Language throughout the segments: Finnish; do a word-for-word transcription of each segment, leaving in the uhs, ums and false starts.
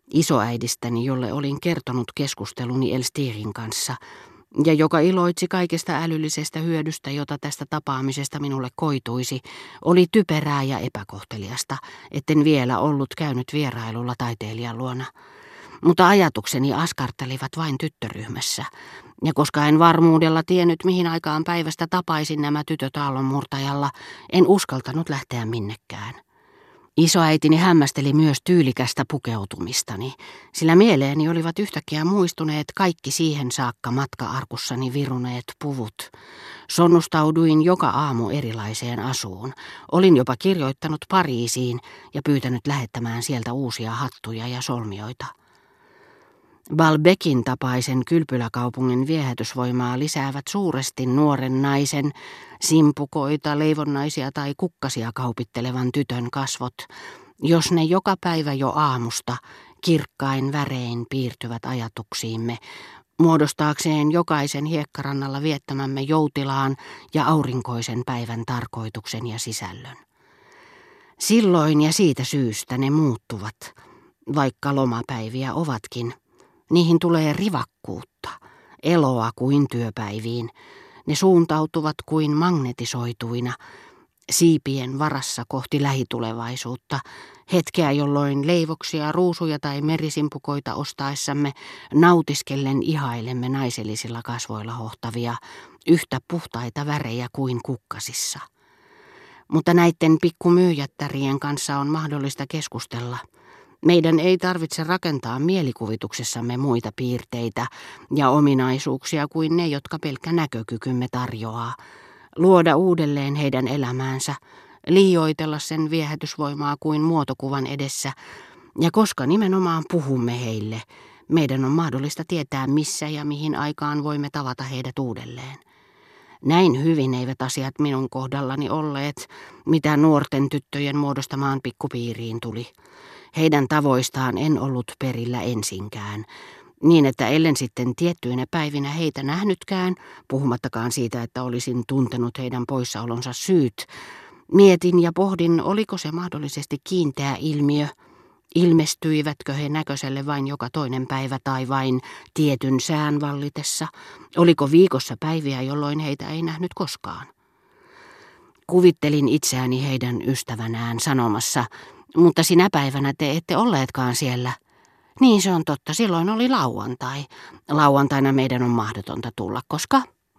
isoäidistäni, jolle olin kertonut keskusteluni Elstirin kanssa, ja joka iloitsi kaikesta älyllisestä hyödystä, jota tästä tapaamisesta minulle koituisi, oli typerää ja epäkohteliasta, etten vielä ollut käynyt vierailulla taiteilijan luona. Mutta ajatukseni askartelivat vain tyttöryhmässä, ja koska en varmuudella tiennyt, mihin aikaan päivästä tapaisin nämä tytöt aallonmurtajalla, en uskaltanut lähteä minnekään. Isoäitini hämmästeli myös tyylikästä pukeutumistani, sillä mieleeni olivat yhtäkkiä muistuneet kaikki siihen saakka matka-arkussani viruneet puvut. Sonnustauduin joka aamu erilaiseen asuun. Olin jopa kirjoittanut Pariisiin ja pyytänyt lähettämään sieltä uusia hattuja ja solmioita. Balbecin tapaisen kylpyläkaupungin viehätysvoimaa lisäävät suuresti nuoren naisen, simpukoita, leivonnaisia tai kukkasia kaupittelevan tytön kasvot, jos ne joka päivä jo aamusta kirkkain värein piirtyvät ajatuksiimme, muodostaakseen jokaisen hiekkarannalla viettämämme joutilaan ja aurinkoisen päivän tarkoituksen ja sisällön. Silloin ja siitä syystä ne muuttuvat, vaikka lomapäiviä ovatkin. Niihin tulee rivakkuutta, eloa kuin työpäiviin. Ne suuntautuvat kuin magnetisoituina, siipien varassa kohti lähitulevaisuutta, hetkeä jolloin leivoksia, ruusuja tai merisimpukoita ostaessamme nautiskellen ihailemme naisellisilla kasvoilla hohtavia, yhtä puhtaita värejä kuin kukkasissa. Mutta näiden pikkumyyjättärien kanssa on mahdollista keskustella. Meidän ei tarvitse rakentaa mielikuvituksessamme muita piirteitä ja ominaisuuksia kuin ne, jotka pelkkä näkökykymme tarjoaa, luoda uudelleen heidän elämäänsä, liioitella sen viehätysvoimaa kuin muotokuvan edessä, ja koska nimenomaan puhumme heille, meidän on mahdollista tietää missä ja mihin aikaan voimme tavata heidät uudelleen. Näin hyvin eivät asiat minun kohdallani olleet, mitä nuorten tyttöjen muodostamaan pikkupiiriin tuli. Heidän tavoistaan en ollut perillä ensinkään, niin että ellen sitten tiettyinä päivinä heitä nähnytkään, puhumattakaan siitä, että olisin tuntenut heidän poissaolonsa syyt, mietin ja pohdin, oliko se mahdollisesti kiinteä ilmiö, ilmestyivätkö he näköiselle vain joka toinen päivä tai vain tietyn sään vallitessa, oliko viikossa päiviä, jolloin heitä ei nähnyt koskaan. Kuvittelin itseäni heidän ystävänään sanomassa, mutta sinä päivänä te ette olleetkaan siellä. Niin se on totta, silloin oli lauantai. Lauantaina meidän on mahdotonta tulla, koska...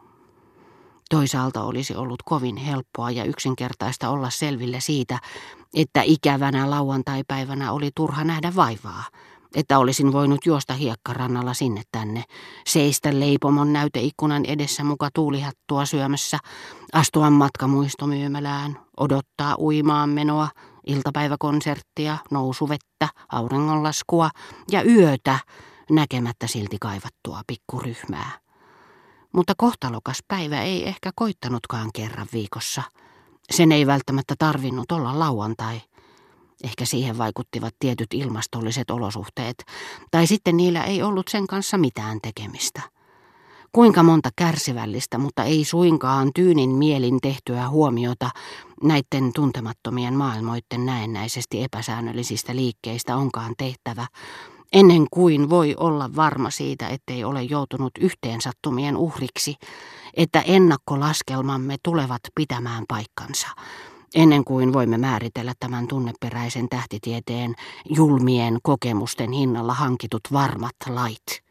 Toisaalta olisi ollut kovin helppoa ja yksinkertaista olla selville siitä, että ikävänä lauantaipäivänä oli turha nähdä vaivaa, että olisin voinut juosta hiekkarannalla sinne tänne, seistä leipomon näyteikkunan edessä muka tuulihattua syömässä, astua matkamuistomyymälään, odottaa uimaan menoa, iltapäiväkonserttia, nousuvettä, auringonlaskua ja yötä näkemättä silti kaivattua pikkuryhmää. Mutta kohtalokas päivä ei ehkä koittanutkaan kerran viikossa. Sen ei välttämättä tarvinnut olla lauantai. Ehkä siihen vaikuttivat tietyt ilmastolliset olosuhteet, tai sitten niillä ei ollut sen kanssa mitään tekemistä. Kuinka monta kärsivällistä, mutta ei suinkaan tyynin mielin tehtyä huomiota näiden tuntemattomien maailmoiden näennäisesti epäsäännöllisistä liikkeistä onkaan tehtävä, ennen kuin voi olla varma siitä, ettei ole joutunut yhteensattumien uhriksi, että ennakkolaskelmamme tulevat pitämään paikkansa, ennen kuin voimme määritellä tämän tunneperäisen tähtitieteen julmien kokemusten hinnalla hankitut varmat lait.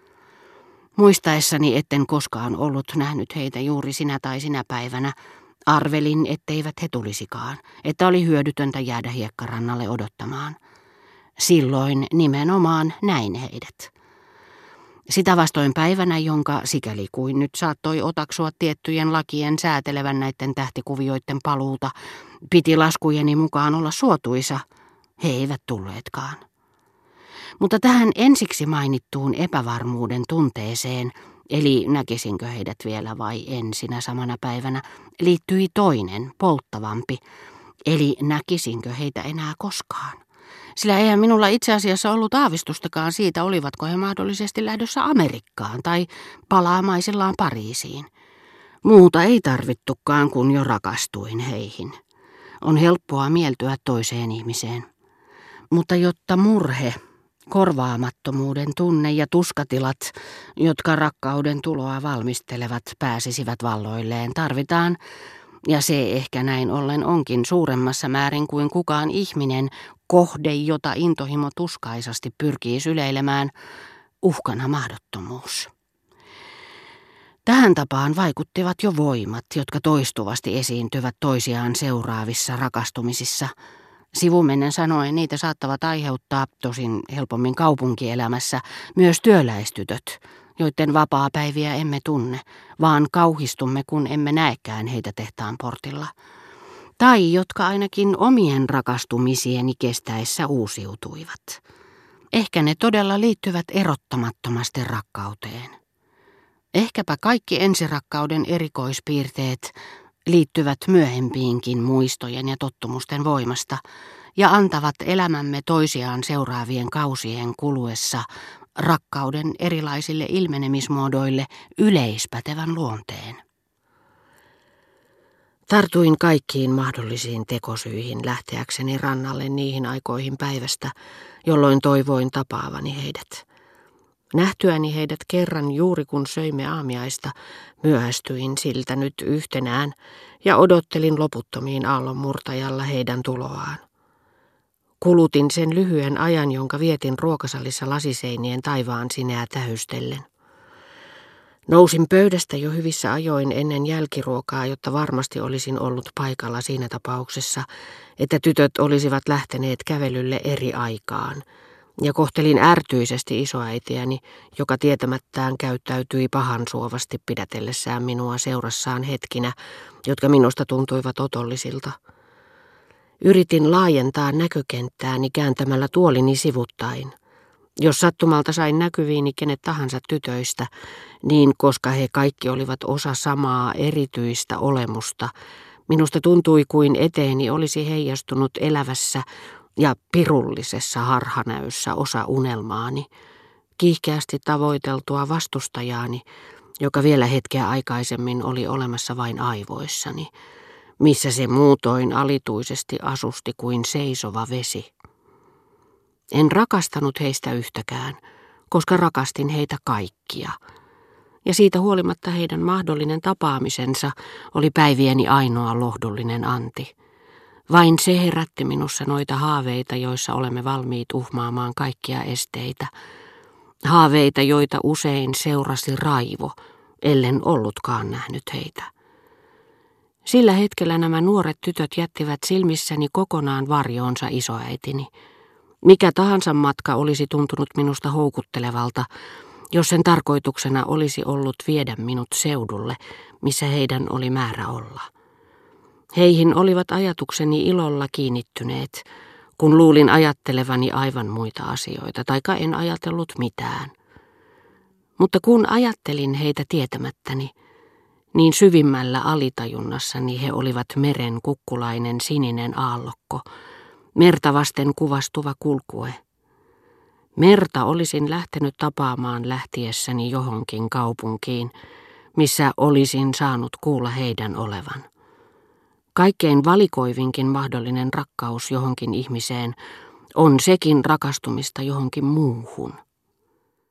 Muistaessani, etten koskaan ollut nähnyt heitä juuri sinä tai sinä päivänä, arvelin, etteivät he tulisikaan, että oli hyödytöntä jäädä hiekkarannalle odottamaan. Silloin nimenomaan näin heidät. Sitä vastoin päivänä, jonka sikäli kuin nyt saattoi otaksua tiettyjen lakien säätelevän näiden tähtikuvioiden paluuta, piti laskujeni mukaan olla suotuisa, he eivät tulleetkaan. Mutta tähän ensiksi mainittuun epävarmuuden tunteeseen, eli näkisinkö heidät vielä vai en sinä samana päivänä, liittyi toinen, polttavampi, eli näkisinkö heitä enää koskaan. Sillä eihän minulla itse asiassa ollut aavistustakaan siitä, olivatko he mahdollisesti lähdössä Amerikkaan tai palaamaisillaan Pariisiin. Muuta ei tarvittukaan, kun jo rakastuin heihin. On helppoa mieltyä toiseen ihmiseen. Mutta jotta murhe, Korvaamattomuuden tunne ja tuskatilat, jotka rakkauden tuloa valmistelevat, pääsisivät valloilleen, tarvitaan, ja se ehkä näin ollen onkin suuremmassa määrin kuin kukaan ihminen, kohde, jota intohimo tuskaisasti pyrkii syleilemään, uhkana mahdottomuus. Tähän tapaan vaikuttivat jo voimat, jotka toistuvasti esiintyvät toisiaan seuraavissa rakastumisissa. Sivumennen sanoen niitä saattavat aiheuttaa, tosin helpommin kaupunkielämässä, myös työläistytöt, joiden vapaapäiviä emme tunne, vaan kauhistumme, kun emme näekään heitä tehtaan portilla. Tai jotka ainakin omien rakastumisieni kestäessä uusiutuivat. Ehkä ne todella liittyvät erottamattomasti rakkauteen. Ehkäpä kaikki ensirakkauden erikoispiirteet liittyvät myöhempiinkin muistojen ja tottumusten voimasta ja antavat elämämme toisiaan seuraavien kausien kuluessa rakkauden erilaisille ilmenemismuodoille yleispätevän luonteen. Tartuin kaikkiin mahdollisiin tekosyihin lähteäkseni rannalle niihin aikoihin päivästä, jolloin toivoin tapaavani heidät. Nähtyäni heidät kerran juuri kun söimme aamiaista, myöhästyin siltä nyt yhtenään ja odottelin loputtomiin aallonmurtajalla heidän tuloaan. Kulutin sen lyhyen ajan, jonka vietin ruokasalissa lasiseinien taivaan sineä tähystellen. Nousin pöydästä jo hyvissä ajoin ennen jälkiruokaa, jotta varmasti olisin ollut paikalla siinä tapauksessa, että tytöt olisivat lähteneet kävelylle eri aikaan, ja kohtelin ärtyisesti isoäitiäni, joka tietämättään käyttäytyi pahansuovasti pidätellessään minua seurassaan hetkinä, jotka minusta tuntuivat otollisilta. Yritin laajentaa näkökenttääni kääntämällä tuolini sivuttain. Jos sattumalta sain näkyviini kenet tahansa tytöistä, niin koska he kaikki olivat osa samaa erityistä olemusta, minusta tuntui kuin eteeni olisi heijastunut elävässä ja pirullisessa harhanäyssä osa unelmaani, kiihkeästi tavoiteltua vastustajaani, joka vielä hetkeä aikaisemmin oli olemassa vain aivoissani, missä se muutoin alituisesti asusti kuin seisova vesi. En rakastanut heistä yhtäkään, koska rakastin heitä kaikkia, ja siitä huolimatta heidän mahdollinen tapaamisensa oli päivieni ainoa lohdullinen anti. Vain se herätti minussa noita haaveita, joissa olemme valmiit uhmaamaan kaikkia esteitä. Haaveita, joita usein seurasi raivo, ellen ollutkaan nähnyt heitä. Sillä hetkellä nämä nuoret tytöt jättivät silmissäni kokonaan varjoonsa isoäitini. Mikä tahansa matka olisi tuntunut minusta houkuttelevalta, jos sen tarkoituksena olisi ollut viedä minut seudulle, missä heidän oli määrä olla. Heihin olivat ajatukseni ilolla kiinnittyneet, kun luulin ajattelevani aivan muita asioita, taika en ajatellut mitään. Mutta kun ajattelin heitä tietämättäni, niin syvimmällä alitajunnassani he olivat meren kukkulainen sininen aallokko, merta vasten kuvastuva kulkue. Merta olisin lähtenyt tapaamaan lähtiessäni johonkin kaupunkiin, missä olisin saanut kuulla heidän olevan. Kaikkein valikoivinkin mahdollinen rakkaus johonkin ihmiseen on sekin rakastumista johonkin muuhun.